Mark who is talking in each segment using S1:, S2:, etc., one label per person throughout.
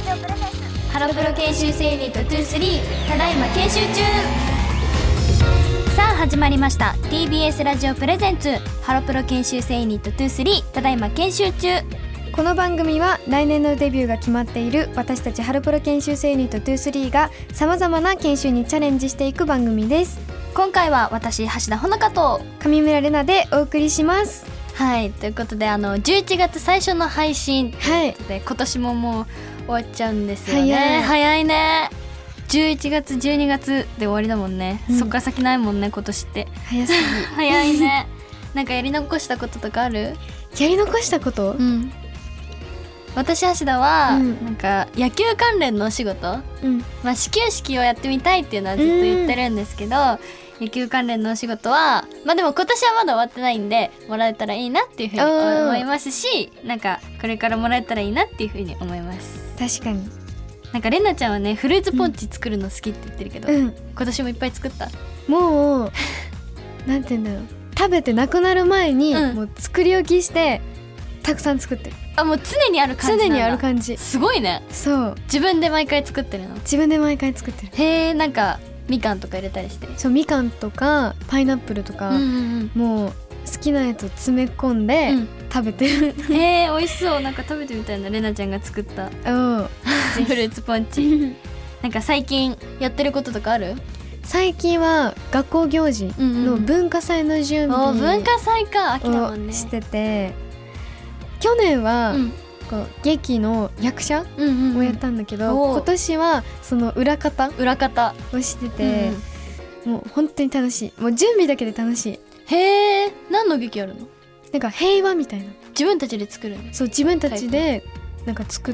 S1: ハロプロ研修生ユニット23ただいま研修中。さあ始まりました TBS ラジオプレゼンツハロプロ研修生ユニット23ただいま研修中。
S2: この番組は来年のデビューが決まっている私たちハロプロ研修生ユニット23がさまざまな研修にチャレンジしていく番組です。
S1: 今回は私橋田穂香と
S2: 上村れなでお送りします。
S1: はい、ということで11月最初の配信
S2: はい
S1: で、今年ももう終わっちゃうんですよね。早いね。11月12月で終わりだもんね、そっから先ないもんね今年って。
S2: 早すぎ
S1: 早いね。なんかやり残したこととかある？
S2: やり残したこと？
S1: 私橋田は、なんか野球関連のお仕事、始球式をやってみたいっていうのはずっと言ってるんですけど、野球関連のお仕事はでも今年はまだ終わってないんでもらえたらいいなっていうふうに思いますし、なんかこれからもらえたらいいなっていうふうに思います。
S2: 確かに。
S1: なんかれなちゃんはねフルーツポンチ作るの好きって言ってるけど、今年もいっぱい作った？
S2: もうなんて言うんだろう、食べてなくなる前に、もう作り置きしてたくさん作ってる。
S1: もう常にある感じなんだ。
S2: 常にある感じ。
S1: すごいね。そう、自分で毎回作ってるの？
S2: 自分で毎回作ってる。
S1: へえ。なんかみかんとか入れたりして？
S2: そう、みかんとかパイナップルとか、もう好きなやつを詰め込んで、食べてる。
S1: 美味しそう。なんか食べてみたいな、れなちゃんが作ったフルーツポンチ。なんか最近やってることとかある？
S2: 最近は学校行事の文化祭の準備
S1: 文化祭か、秋だもんね。
S2: してて、去年は、こう劇の役者をやったんだけど、今年はその裏方をしてて、もう本当に楽しい。もう準備だけで楽しい。
S1: へえ。何の劇やるの？
S2: なんか平和みたいな。
S1: 自分たちで作るの？そう、
S2: 自分たちでなんか作って。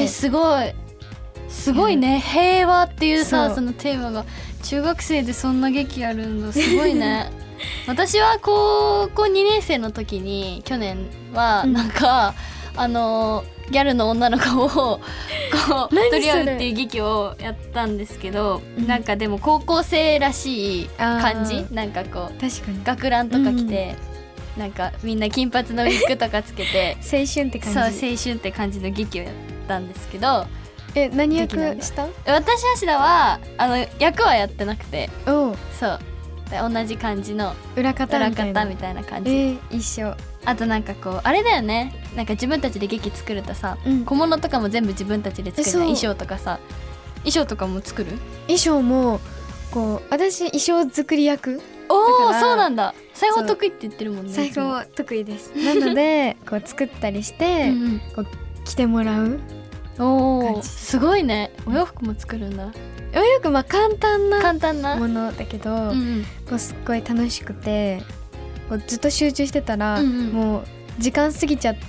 S1: すごいね。平和っていうさ、そのテーマが中学生でそんな劇やるのすごいね。私は高校2年生の時に去年はなんか、ギャルの女の子をこう取り合うっていう劇をやったんですけど、なんかでも高校生らしい感じ、なんかこう
S2: 確かに
S1: 学ランとか着て、なんかみんな金髪のウィッグとかつけて
S2: 青春って感じ。
S1: そう、青春って感じの劇をやったんですけど。
S2: 何役した？
S1: 私橋田は役はやってなくて、
S2: そう
S1: 同じ感じの
S2: 裏方みたいな
S1: 感じ、
S2: 一緒。
S1: あとなんかこうあれだよね、なんか自分たちで劇作るとさ、小物とかも全部自分たちで作る。衣装とかさ、衣装とかも作る？
S2: 衣装もこう私衣装作り役。
S1: そうなんだ。裁縫得意って言ってるもんね。
S2: 裁縫得意です。なのでこう作ったりしてこう着てもらう。
S1: すごいね。お洋服も作るんだ。
S2: お洋服簡単なものだけど、こうすっごい楽しくて、こうずっと集中してたら、もう時間過ぎちゃって、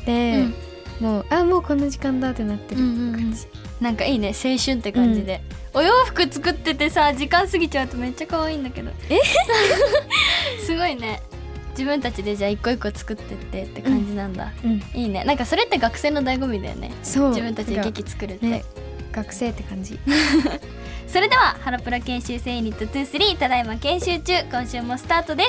S2: もうこの時間だってなってる感じ。
S1: なんかいいね、青春って感じで、お洋服作っててさ、時間過ぎちゃうとめっちゃ可愛いんだけど。すごいね。自分たちでじゃあ一個一個作ってって感じなんだ。いいね。なんかそれって学生の醍醐味だよね。そう、自分たちで劇作るって、
S2: 学生って感じ。
S1: それではハロプロ研修生ユニット23ただいま研修中、今週もスタートです。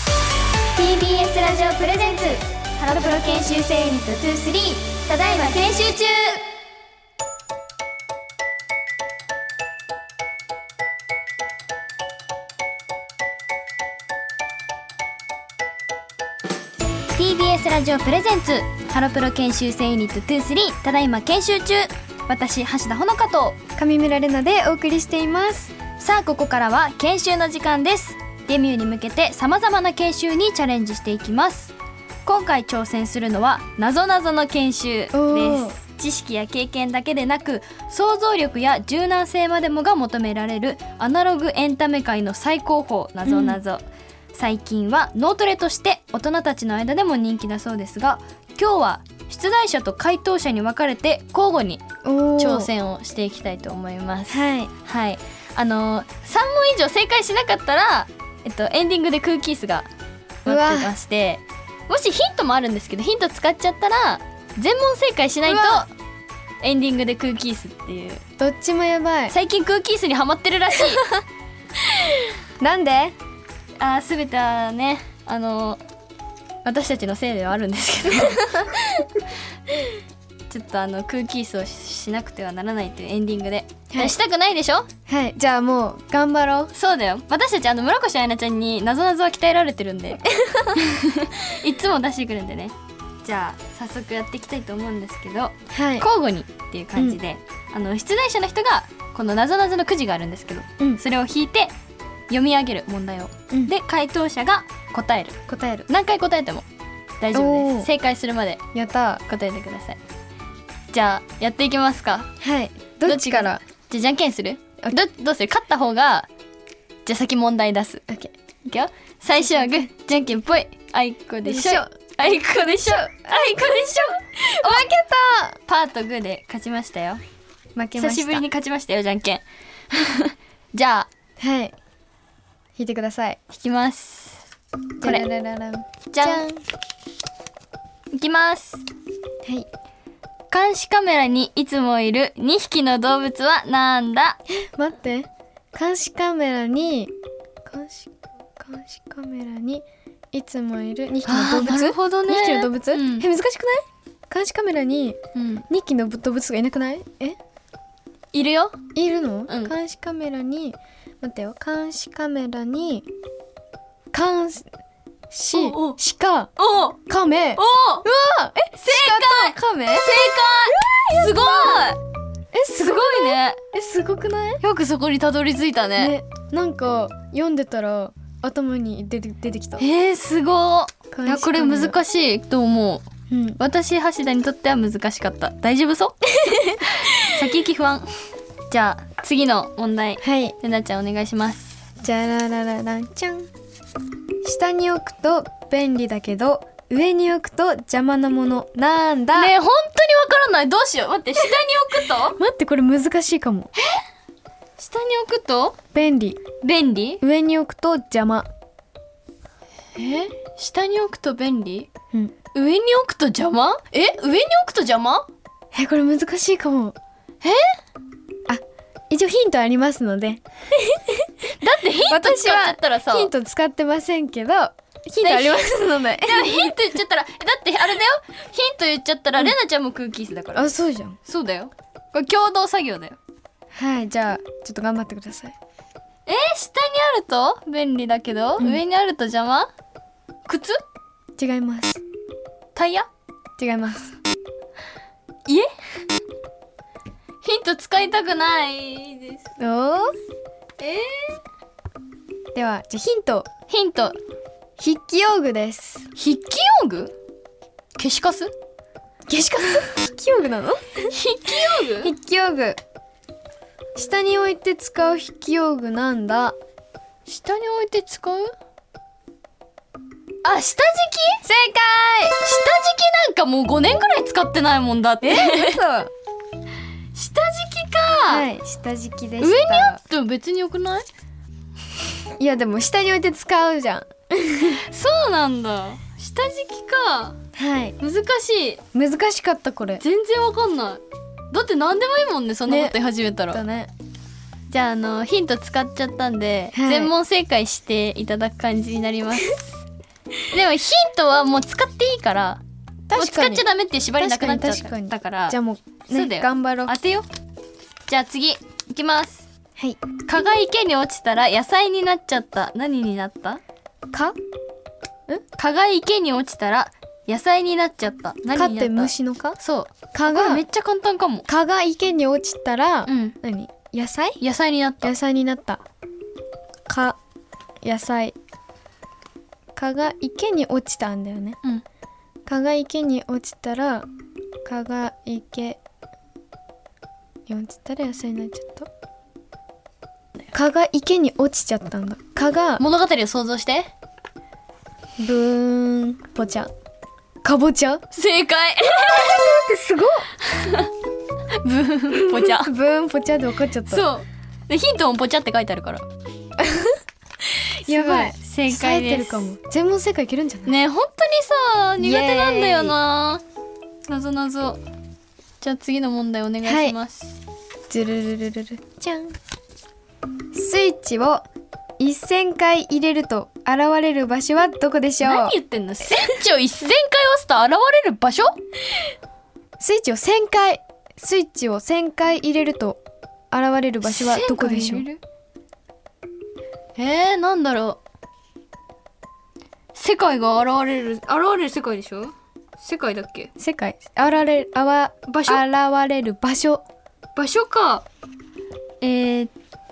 S1: TBS ラジオプレゼンツハロプロ研修生ユニット23ただいま研修中。TBS ラジオプレゼンツハロプロ研修生ユニット23ただいま研修中。私橋田穂香と
S2: 上村れなでお送りしています。
S1: さあここからは研修の時間です。デビューに向けてさまざまな研修にチャレンジしていきます。今回挑戦するのはなぞなぞの研修です。知識や経験だけでなく想像力や柔軟性までもが求められるアナログエンタメ界の最高峰なぞなぞ、最近は脳トレとして大人たちの間でも人気だそうですが、今日は出題者と回答者に分かれて交互に挑戦をしていきたいと思います。3問以上正解しなかったら、エンディングで空気椅子が待ってまして、もしヒントもあるんですけど、ヒント使っちゃったら全問正解しないとエンディングで空気椅子っていう。
S2: どっちもやばい。
S1: 最近空気椅子にハマってるらしい。
S2: なんで？
S1: 全てはね、私たちのせいではあるんですけどちょっと空気椅子をしなくてはならないというエンディングで、
S2: はい、
S1: したくないでしょ。
S2: はい、じゃあもう頑張ろう。
S1: そうだよ、私たち村越愛菜ちゃんになぞなぞは鍛えられてるんでいつも出してくるんでね。じゃあ早速やっていきたいと思うんですけど、はい、交互にっていう感じで、出題者の人がこのなぞなぞのくじがあるんですけど、それを引いて読み上げる問題を、で回答者が答える。何回答えても大丈夫です。正解するまで
S2: やった
S1: 答えてください。じゃあやっていきますか。
S2: はい、どっちから。
S1: じゃあじゃんけんする。どうする。勝った方がじゃあ先問題出す。
S2: オッケ
S1: ー。いくよ。最初はグー、じゃんけんぽい。あいこでしょ。あいこでしょ。あいこでしょ。
S2: 負けた。
S1: パーとグーで勝ちましたよ。
S2: 負けました。
S1: 久しぶりに勝ちましたよ、じゃんけんじゃあ
S2: はい、引いてください。
S1: 引きます。これ
S2: じゃん。
S1: いきます。
S2: はい。
S1: 監視カメラにいつもいる2匹の動物はなんだ。
S2: 待って、監視カメラにいつもいる2匹の動物。
S1: なるほどね。
S2: 2匹の動物、難しくない？監視カメラに2匹の動物がいなくない？
S1: いるよ。
S2: いるの？監視カメラに、待ってよ、監視カメラに鹿、亀。うわ、
S1: 正解。
S2: 鹿と亀。
S1: 正解。すごい。すごいね。
S2: すごくない？
S1: よくそこにたどり着いたね。
S2: なんか読んでたら頭に出てきた。
S1: すごい。いや、これ難しいと思う。私橋田にとっては難しかった。大丈夫そう先行き不安。じゃあ次の問題、ルナちゃんお願いします。
S2: じゃららららんちゃん。下に置くと便利だけど上に置くと邪魔なものなんだ。
S1: ねえ、本当にわからない。どうしよう。待って、下に置くと
S2: 待って、これ難しいかも。
S1: 下に置くと
S2: 便利。上に置くと邪魔。
S1: 下に置くと便利、上に置くと邪魔。上に置くと邪魔。
S2: これ難しいかも。一応ヒントありますので
S1: だってヒント使っちゃったらさ。
S2: ヒント使ってませんけどヒントありますので。
S1: でもヒント言っちゃったらだってあれだよ、ヒント言っちゃったらレナちゃんも空気椅子だから。
S2: あ、そうじゃん。
S1: そうだよ、これ共同作業だよ。
S2: はい、じゃあちょっと頑張ってください。
S1: 下にあると便利だけど、上にあると邪魔。靴？
S2: 違います。
S1: タイヤ？
S2: 違います。
S1: ヒント使いたくないです。
S2: ではじゃあヒント筆記用具です。
S1: 筆記用具？消しカス？
S2: 筆記用具なの？
S1: 筆記用具？
S2: 下に置いて使う筆記用具なんだ。
S1: 下に置いて使う？下敷き？
S2: 正解。
S1: 下敷きなんかもう5年ぐらい使ってないもんだって。
S2: 嘘。
S1: 下敷きか。
S2: はい、下敷きでした。
S1: 上にあっても別によくない？
S2: いやでも下に置いて使うじゃん。
S1: そうなんだ。下敷きか。
S2: はい。難しかった。これ
S1: 全然わかんない。だって何でもいいもんね、そんなこと言い始めたら。じゃあヒント使っちゃったんで、全問正解していただく感じになりますでもヒントはもう使っていいから、もう使っちゃダメっていう縛りなくなっちゃったから。
S2: じゃあもうそうだよ、頑張ろう。
S1: 当てよ。じゃあ次いきます。
S2: はい。
S1: 蚊が池に落ちたら野菜になっちゃった。何になった？蚊が池に落ちたら野菜になっちゃった。何になった？蚊って
S2: 虫の蚊？
S1: そう。蚊がめっちゃ簡単かも。
S2: 蚊が池に落ちたら、何？野菜になった。蚊、野菜。蚊が池に落ちたんだよね。蚊が池に落ちたら蚊が池に落ちたら野菜になっちゃった。蚊が池に落ちちゃったんだ。蚊が
S1: 物語を想像して。
S2: ブーンポチャかぼちゃ。
S1: 正解
S2: すごっ
S1: ブーンポチャ
S2: ブーンポチャで分かっちゃった。
S1: そうでヒントもポチャって書いてあるから
S2: やばい、
S1: 正解です。
S2: 全問正解いけるんじゃない？
S1: ねえ、本当にさ苦手なんだよな、なぞなぞ。じゃあ次の問題お願いします。
S2: ズルルルルルじゃん。スイッチを1000回入れると現れる場所はどこでしょう？
S1: 何言ってんの？スイッチを1000回押すと現れる場所？
S2: スイッチを1000回入れると現れる場所はどこでしょう？
S1: なんだろう。世界が現れる世界でしょ？世界だっけ？
S2: 世界現れる場所
S1: か。スイ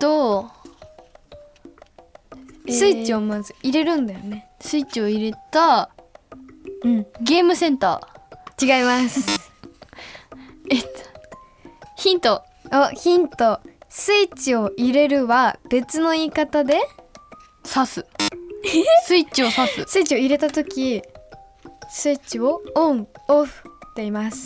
S2: ッチをまず入れるんだよね。
S1: スイッチを入れた、ゲームセンタ
S2: ー。違います
S1: ヒント。
S2: スイッチを入れるは別の言い方で
S1: 刺すスイッチを刺す。
S2: スイッチを入れた時スイッチをオンオフって言います。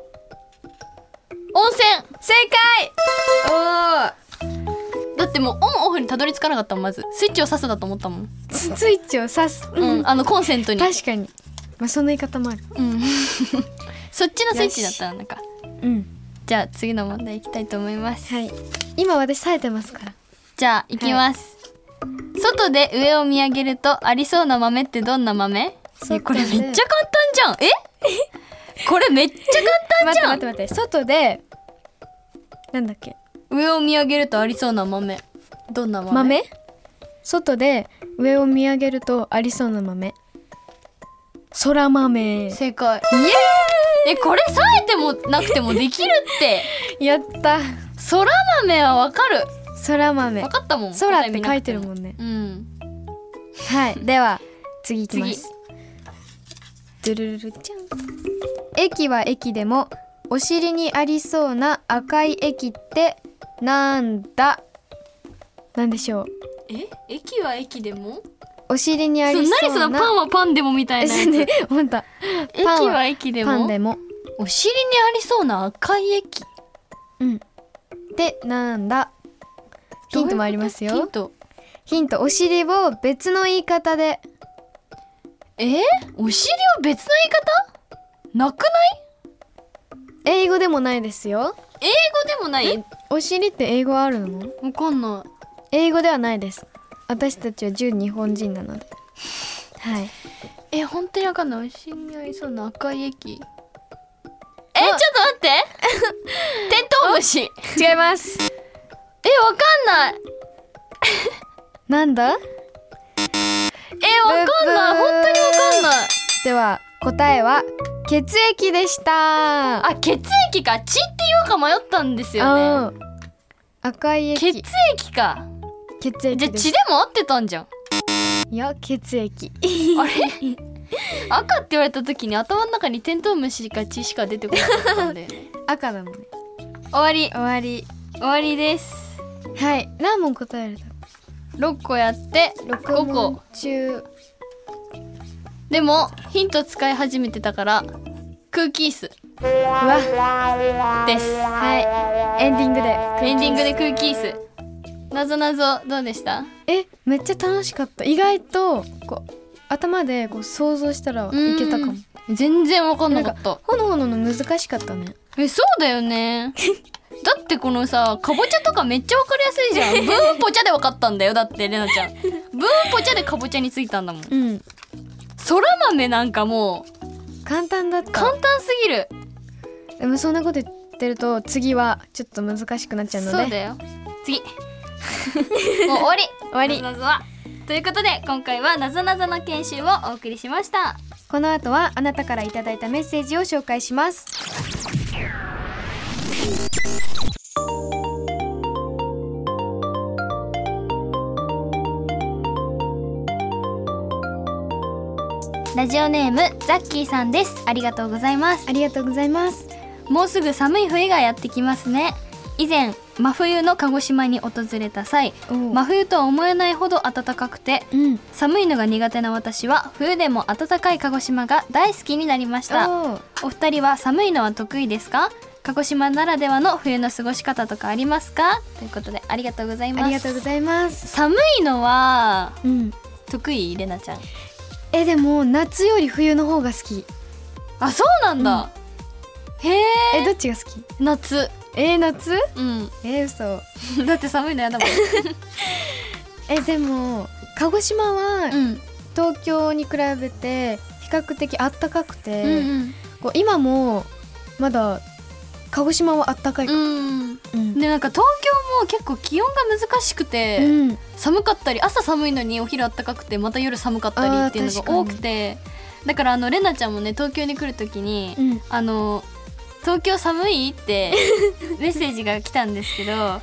S1: 温泉。
S2: 正解。
S1: だってもうオンオフにたどり着かなかったもん。まずスイッチを刺すだと思ったもん。
S2: スイッチを刺す、
S1: コンセントに。
S2: 確かに、その言い方もある。
S1: そっちのスイッチだったらなんか。じゃあ次の問題いきたいと思います。
S2: 今私冴えてますから。じ
S1: ゃあいきます、外で上を見上げるとありそうな豆ってどんな豆？これめっちゃ簡単じゃん。これめっちゃ簡単じゃん。
S2: 待って外でなんだっけ？
S1: 上を見上げるとありそうな豆、どんな豆？
S2: 外で上を見上げるとありそうな豆、空豆。
S1: 正解。イエーイ。これ冴えてもなくてもできるって
S2: やった。
S1: 空豆はわかる。
S2: 空豆
S1: わかったもん。
S2: 空って書いてるもんね。では次いきます。ドゥルルルちゃん。駅は駅でもお尻にありそうな赤い駅ってなんでしょう？
S1: 駅は駅でも
S2: お尻にありそうな。
S1: 何そのパンはパンでもみたいなやつ。
S2: ほんと。
S1: 駅は駅でも
S2: パンでも
S1: お尻にありそうな赤い駅
S2: でなんだ？ヒントもありますよ。ヒント。お尻を別の言い方で。
S1: お尻を別の言い方なくない？
S2: 英語でもないですよ。
S1: 英語でもない？
S2: お尻って英語あるの？
S1: わかんない。
S2: 英語ではないです。私たちは純日本人なので。
S1: 本当にわかんない。お尻にありそうな赤い駅。ちょっと待ってテントウムシ。
S2: 違います。
S1: わかんない。
S2: なんだ？
S1: わかんない。本当にわかんない。
S2: では答えは血液でした。
S1: 血液か。血って言うか迷ったんですよね。
S2: 赤い駅。
S1: 血液か。
S2: 血液
S1: じゃあ血でも合ってたんじゃん。
S2: いや血液。
S1: あれ赤って言われた時に頭の中にテントウムシか血しか出てこなかったんで
S2: 赤だもんね。
S1: 終わりです。
S2: 何問答える
S1: の？6個やって5個
S2: 中。
S1: でもヒント使い始めてたから空気椅子です。
S2: エンディングで
S1: 空気椅子。なぞなぞどうでした？
S2: めっちゃ楽しかった。意外と頭で想像したらいけたかも。
S1: 全然分かんなかった。
S2: ほのほのの難しかったね。
S1: そうだよねだってこのさかぼちゃとかめっちゃ分かりやすいじゃん。ブーンポチャで分かったんだよ。だってれなちゃんブーンポチャでかぼちゃについたんだもん。空豆なんかもう
S2: 簡単だった。
S1: 簡単すぎる。
S2: でもそんなこと言ってると次はちょっと難しくなっちゃうので。
S1: そうだよ。次もう終わり。なぞなぞはということで今回はなぞなぞの研修をお送りしました。
S2: この後はあなたからいただいたメッセージを紹介します。
S1: ラジオネームザッキーさんです。ありがとうございます。
S2: ありがとうございます。
S1: もうすぐ寒い冬がやってきますね。以前真冬の鹿児島に訪れた際、真冬とは思えないほど暖かくて、寒いのが苦手な私は冬でも暖かい鹿児島が大好きになりました。お二人は寒いのは得意ですか？鹿児島ならではの冬の過ごし方とかありますか？ということでありがとうございます。
S2: ありがとうございます。
S1: 寒いのは、得意？れなちゃん。
S2: でも夏より冬の方が好き。
S1: そうなんだ。へえ。
S2: どっちが好き？
S1: 夏。
S2: 夏？
S1: 嘘だって寒いのやだもん
S2: でも鹿児島は、東京に比べて比較的あったかくて、今もまだ鹿児島はあったかいか、で
S1: なんか東京も結構気温が難しくて、寒かったり朝寒いのにお昼あったかくてまた夜寒かったりっていうのが多くて、だからレナちゃんもね東京に来る時に、東京寒いってメッセージが来たんですけど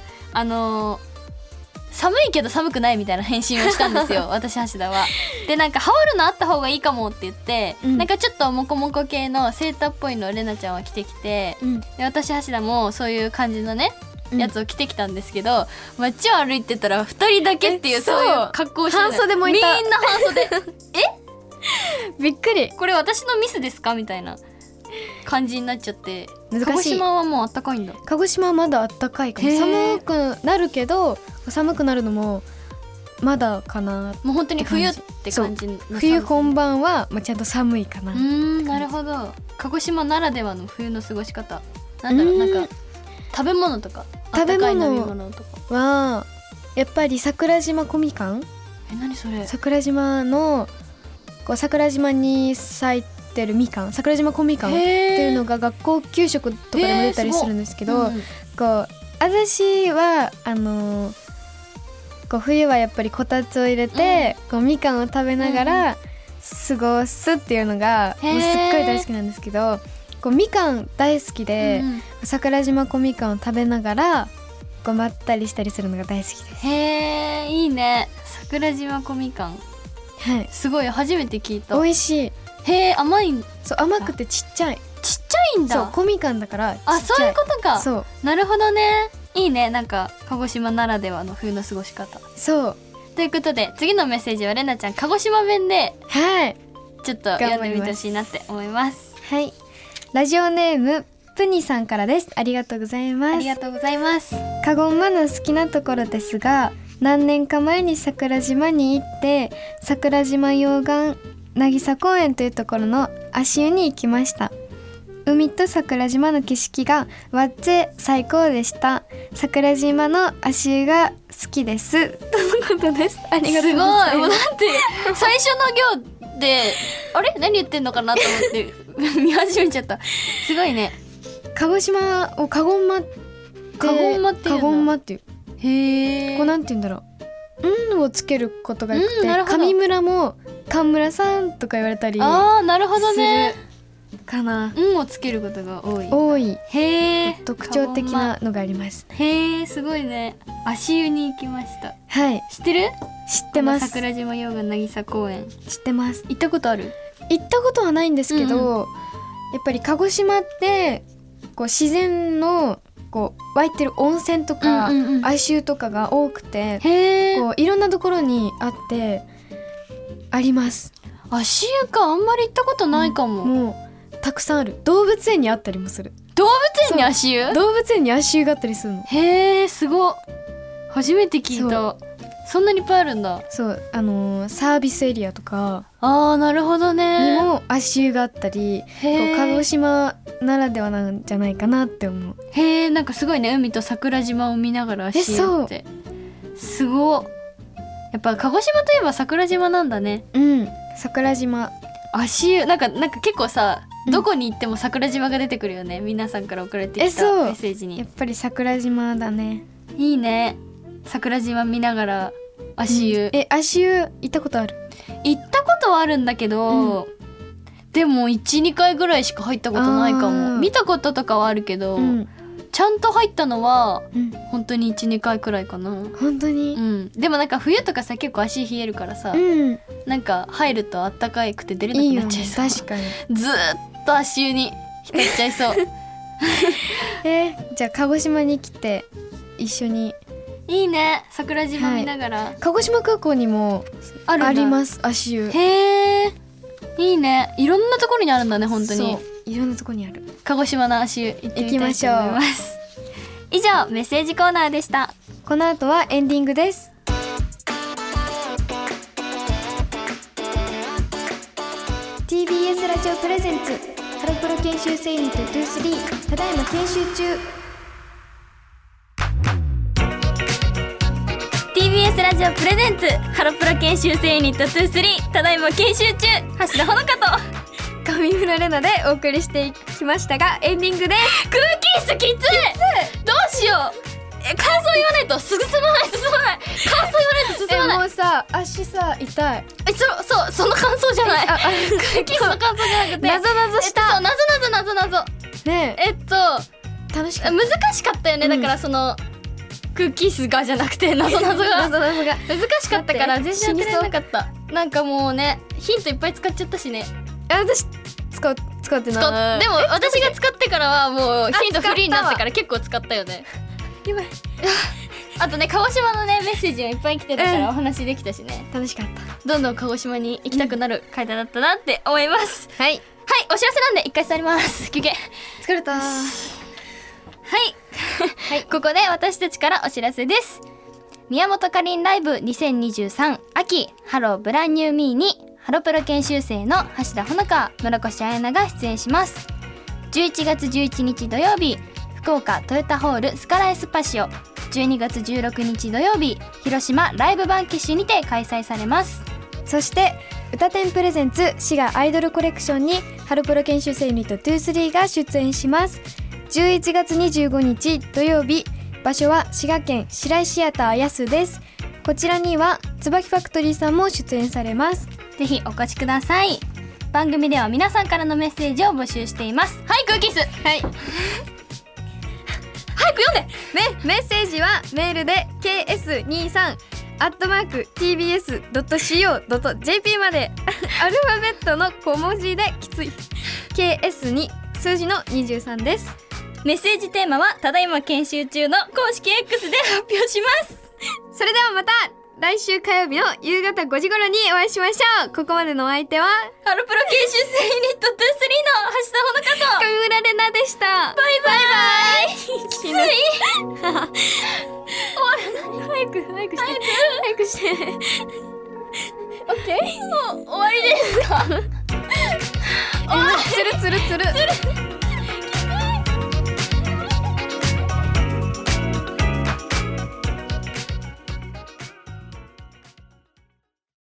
S1: 寒いけど寒くないみたいな返信をしたんですよ私橋田は。でなんか羽織るのあった方がいいかもって言って、なんかちょっとモコモコ系のセーターっぽいのをレナちゃんは着てきて、で私橋田もそういう感じのねやつを着てきたんですけど、街を歩いてたら2人だけっていうそういう格好をして
S2: 半袖もいた、
S1: みんな半袖
S2: びっくり、
S1: これ私のミスですかみたいな感じになっちゃって。
S2: 難しい。
S1: 鹿児島はもうあったかいんだ。
S2: 鹿児島はまだあったかいかも。寒くなるけど寒くなるのもまだかな。
S1: もう本当に冬って感じの
S2: 冬本番はちゃんと寒いかな。
S1: なるほど。鹿児島ならではの冬の過ごし方なんだろう。なんか食べ物とか
S2: 食べ物
S1: 飲み物とか
S2: はやっぱり桜島小みかん。
S1: 何それ。
S2: 桜島のこう桜島に咲いてるみかん、桜島小みかんっていうのが学校給食とかでも出たりするんですけど、こう私はこう冬はやっぱりこたつを入れて、こうみかんを食べながら過ごすっていうのがもうすっごい大好きなんですけど、こうみかん大好きで、桜島小みかんを食べながらこうまったりしたりするのが大好きです。
S1: へー、いいね。桜島小みかん、
S2: はい、
S1: すごい初めて聞いた。
S2: 美味しい。
S1: へー、甘い。
S2: そう、甘くてちっちゃい。
S1: ちっちゃいんだ。
S2: そう、小みかんだからちっちゃい。
S1: あ、そういうことか。
S2: そう、
S1: なるほどね。いいね。なんか鹿児島ならではの冬の過ごし方。
S2: そう
S1: ということで次のメッセージはれなちゃん鹿児島弁で
S2: はい
S1: ちょっと読んでみてほしいなって思います。
S2: はい、ラジオネームプニさんからです。ありがとうございます。
S1: ありがとうございます。
S2: かごんまの好きなところですが、何年か前に桜島に行って桜島溶岩渚公園というところの足湯に行きました。海と桜島の景色がわっぜ最高でした。桜島の足湯が好きですとのことです。ありがとうございます。
S1: すごい。もうだって最初の行であれ何言ってんのかなと思って見始めちゃった。すごいね。
S2: 鹿児島をかごんまって
S1: かごんまっていう
S2: かごんまっていう。
S1: へえ。
S2: こうなんて言うんだろう。をつけることがよくて、上村も神村さんとか言われたり。
S1: ああ、なるほどね。
S2: かな。
S1: をつけることが多い。
S2: 多い。
S1: へえ。
S2: 特徴的なのがあります。
S1: へえ、すごいね。足湯に行きました。
S2: はい。
S1: 知ってる？
S2: 知ってます。
S1: 桜島溶岩渚公園。
S2: 知ってます。
S1: 行ったことある？
S2: 行ったことはないんですけど、やっぱり鹿児島ってこう自然のこう湧いてる温泉とか、足湯とかが多くて、こういろんなところにあってあります。
S1: 足湯か、あんまり行ったことないかも。
S2: もうたくさんある。動物園にあったりもする。
S1: 動物園に足湯？
S2: 動物園に足湯があったりするの。
S1: へー、すごっ。初めて聞いた。そんなにいっぱいあるんだ。
S2: そう、サービスエリアとか
S1: なるほどね。
S2: にも足湯があったり、こう鹿児島ならではなんじゃないかなって思う。
S1: へー、なんかすごいね。海と桜島を見ながら足湯ってすごっ。やっぱ鹿児島といえば桜島なんだね。
S2: 桜島
S1: 足湯なんか結構さ、どこに行っても桜島が出てくるよね。皆さんから送られてきたメッセージに。
S2: やっぱり桜島だね。
S1: いいね。桜島見ながら足湯、
S2: 足湯行ったことある？
S1: 行ったことはあるんだけど、でも 1,2 回ぐらいしか入ったことないかも。見たこととかはあるけど、ちゃんと入ったのは、本当に 1,2 回くらいかな。
S2: 本当に、
S1: でもなんか冬とかさ結構足冷えるからさ、なんか入るとあったかくて出れなくなっちゃいそう。
S2: 確かに
S1: ずっと足湯に浸っちゃいそう
S2: じゃあ鹿児島に来て一緒に。
S1: いいね。桜島見ながら、
S2: 鹿児島空港にもあります足湯。
S1: へー、いいね。いろんなところにあるんだね。本当に
S2: いろんなところにある。
S1: 鹿児島の足湯行ってみたいと思います。以上メッセージコーナーでした。
S2: この後はエンディングです。TBS ラジオプレゼンツハロプロ研修生ユニット23、ただいま研修中。
S1: TBS ラジオプレゼンツハロプロ研修生ユニット23、ただいま研修中。橋田ほのかと
S2: 上上村れなでお送りしてきましたが、エンディングです。
S1: クッキースきつい。どうしよう。感想言わないと進まない。感想言わないと進まない。
S2: もうさ、足さ痛い。
S1: その感想じゃない。クッキースの感想じゃなくて、
S2: なぞなぞした。
S1: なぞね。
S2: 楽しかった。
S1: 難しかったよね。だからそのクッキースがじゃなくてなぞなぞが難しかったから全然当てられなかった。なんかもうね、ヒントいっぱい使っちゃったしね。
S2: 私使ってない。
S1: でも私が使ってからはもうヒントフリーになってから結構使ったよね。あとね、鹿児島のねメッセージがいっぱい来てたからお話できたしね、
S2: 楽しかった。ど
S1: んどん鹿児島に行きたくなる回だったなって思います。
S2: はい、
S1: お知らせなんで一回座ります。休憩。
S2: 疲れた。はい、
S1: ここで私たちからお知らせです。宮本かりんライブ2023秋ハローブランニューミーにハロプロ研修生の橋田ほのか、村越彩菜が出演します。11月11日土曜日福岡トヨタホールスカラエスパシオ、12月16日土曜日広島ライブバンキッシュにて開催されます。
S2: そして歌天プレゼンツ滋賀アイドルコレクションにハロプロ研修生ユニット23が出演します。11月25日土曜日、場所は滋賀県白井シアター安です。こちらには椿ファクトリーさんも出演されます。
S1: ぜひお越しください。番組では皆さんからのメッセージを募集しています。はい、クッキース。はい。早く読んで。
S2: メッセージはメールで ks23@tbs.co.jp までアルファベットの小文字できつい ks に数字の23です。
S1: メッセージテーマはただいま研修中の公式 X で発表します。
S2: それではまた来週火曜日の夕方5時頃にお会いしましょう。ここまでのお相手は
S1: ハロプロ研修生ユニット23の橋田ほのかと
S2: 上村れなでした。
S1: バイバイ。きつい。終わらない。
S2: 早くして。オッケー。
S1: もう終わりですか。
S2: つる